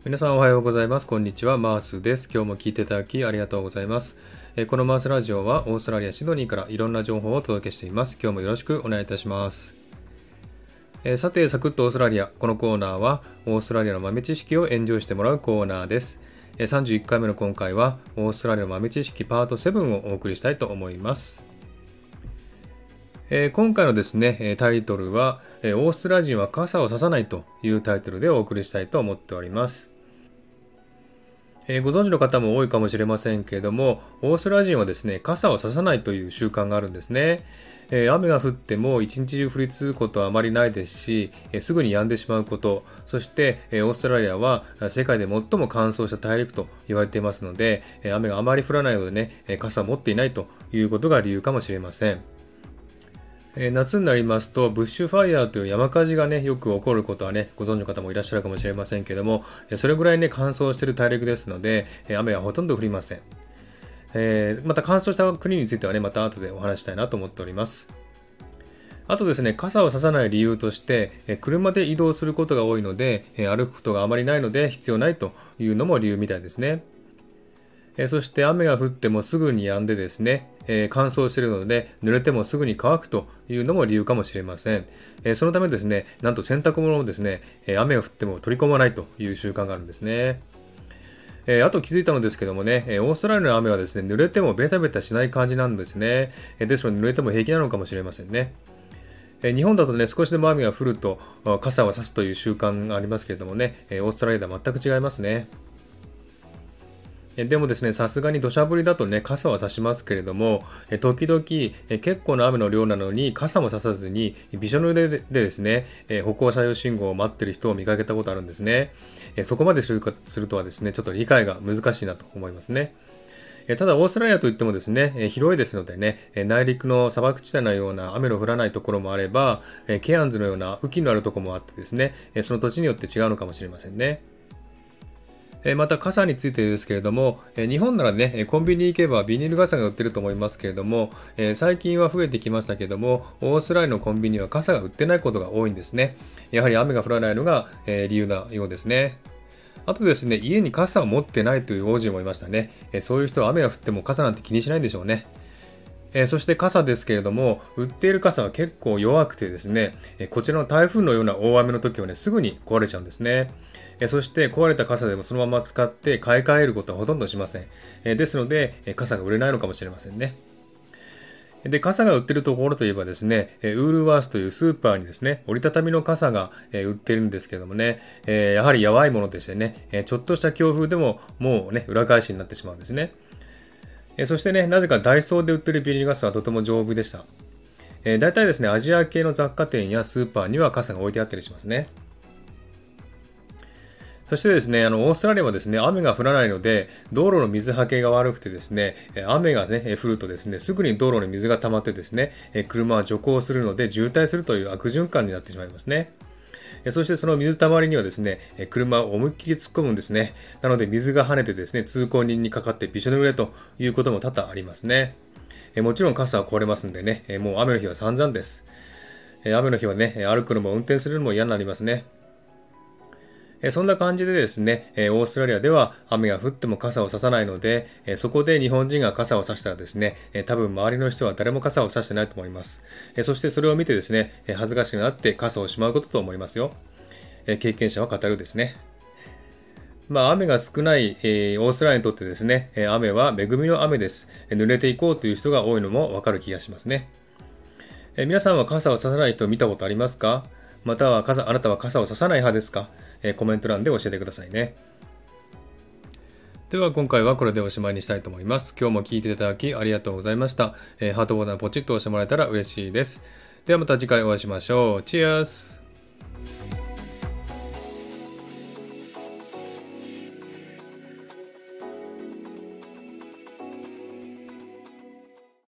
皆さんおはようございます。こんにちは。マースです。今日も聞いていただきありがとうございます。このマースラジオはオーストラリア・シドニーからいろんな情報をお届けしています。今日もよろしくお願いいたします。さて、サクッとオーストラリア。このコーナーはオーストラリアの豆知識をエンジョイしてもらうコーナーです。31回目の今回はオーストラリアの豆知識パート7をお送りしたいと思います。今回のですね、タイトルはオーストラリア人は傘を差さないというタイトルでお送りしたいと思っております。ご存知の方も多いかもしれませんけれども、オーストラリア人はですね、傘を差さないという習慣があるんですね。雨が降っても一日中降り続くことはあまりないですし、すぐに止んでしまうこと、そして、オーストラリアは世界で最も乾燥した大陸と言われていますので、雨があまり降らないのでね、傘を持っていないということが理由かもしれません。夏になりますとブッシュファイヤーという山火事がねよく起こることはねご存知の方もいらっしゃるかもしれませんけども、それぐらいね乾燥している大陸ですので雨はほとんど降りません。また乾燥した国についてはねまた後でお話したいなと思っております。あとですね、傘を差さない理由として車で移動することが多いので歩くことがあまりないので必要ないというのも理由みたいですね。そして雨が降ってもすぐに止んでですね、乾燥しているので濡れてもすぐに乾くというのも理由かもしれません。そのためですね、なんと洗濯物をですね、雨が降っても取り込まないという習慣があるんですね。あと気づいたのですけどもね、オーストラリアの雨はですね、濡れてもベタベタしない感じなんですね。ですので濡れても平気なのかもしれませんね。日本だとね、少しでも雨が降ると傘を差すという習慣がありますけれどもね、オーストラリアでは全く違いますね。でもですね、さすがに土砂降りだとね、傘は差しますけれども、時々結構な雨の量なのに傘も差さずにびしょ濡れでですね、歩行者用信号を待っている人を見かけたことあるんですね。そこまでするとはですね、ちょっと理解が難しいなと思いますね。ただオーストラリアといってもですね、広いですのでね、内陸の砂漠地帯のような雨の降らないところもあれば、ケアンズのような雨季のあるところもあってですね、その土地によって違うのかもしれませんね。また傘についてですけれども、日本ならね、コンビニに行けばビニール傘が売ってると思いますけれども、最近は増えてきましたけれども、オーストラリアのコンビニは傘が売ってないことが多いんですね。やはり雨が降らないのが、理由なようですね。あとですね、家に傘を持ってないという王子もいましたね。そういう人は雨が降っても傘なんて気にしないんでしょうね。そして傘ですけれども、売っている傘は結構弱くてですね、こちらの台風のような大雨の時はね、すぐに壊れちゃうんですね。そして壊れた傘でもそのまま使って買い替えることはほとんどしません。ですので、傘が売れないのかもしれませんね。で、傘が売ってるところといえばですね、ウールワースというスーパーにですね、折りたたみの傘が売ってるんですけどもね、やはりやばいものでしてね、ちょっとした強風でももうね、裏返しになってしまうんですね。そしてね、なぜかダイソーで売ってるビニール傘はとても丈夫でした。大体ですね、アジア系の雑貨店やスーパーには傘が置いてあったりしますね。そしてですね、オーストラリアはですね、雨が降らないので、道路の水はけが悪くてですね、雨がね、降るとですね、すぐに道路に水が溜まってですね、車は徐行するので渋滞するという悪循環になってしまいますね。そしてその水たまりにはですね、車を思いっきり突っ込むんですね。なので水が跳ねてですね、通行人にかかってびしょ濡れということも多々ありますね。もちろん傘は壊れますんでね、もう雨の日は散々です。雨の日はね、歩くのも運転するのも嫌になりますね。そんな感じでですね、オーストラリアでは雨が降っても傘を差さないので、そこで日本人が傘を差したらですね、多分周りの人は誰も傘を差してないと思います。そしてそれを見てですね、恥ずかしくなって傘をしまうことと思いますよ。経験者は語るですね。雨が少ない、オーストラリアにとってですね、雨は恵みの雨です。濡れていこうという人が多いのもわかる気がしますね。皆さんは傘を差さない人を見たことありますか？またはあなたは傘を差さない派ですか？コメント欄で教えてくださいね。では今回はこれでおしまいにしたいと思います。今日も聞いていただきありがとうございました。ハートボタンポチッと押してもらえたら嬉しいです。ではまた次回お会いしましょう。チアース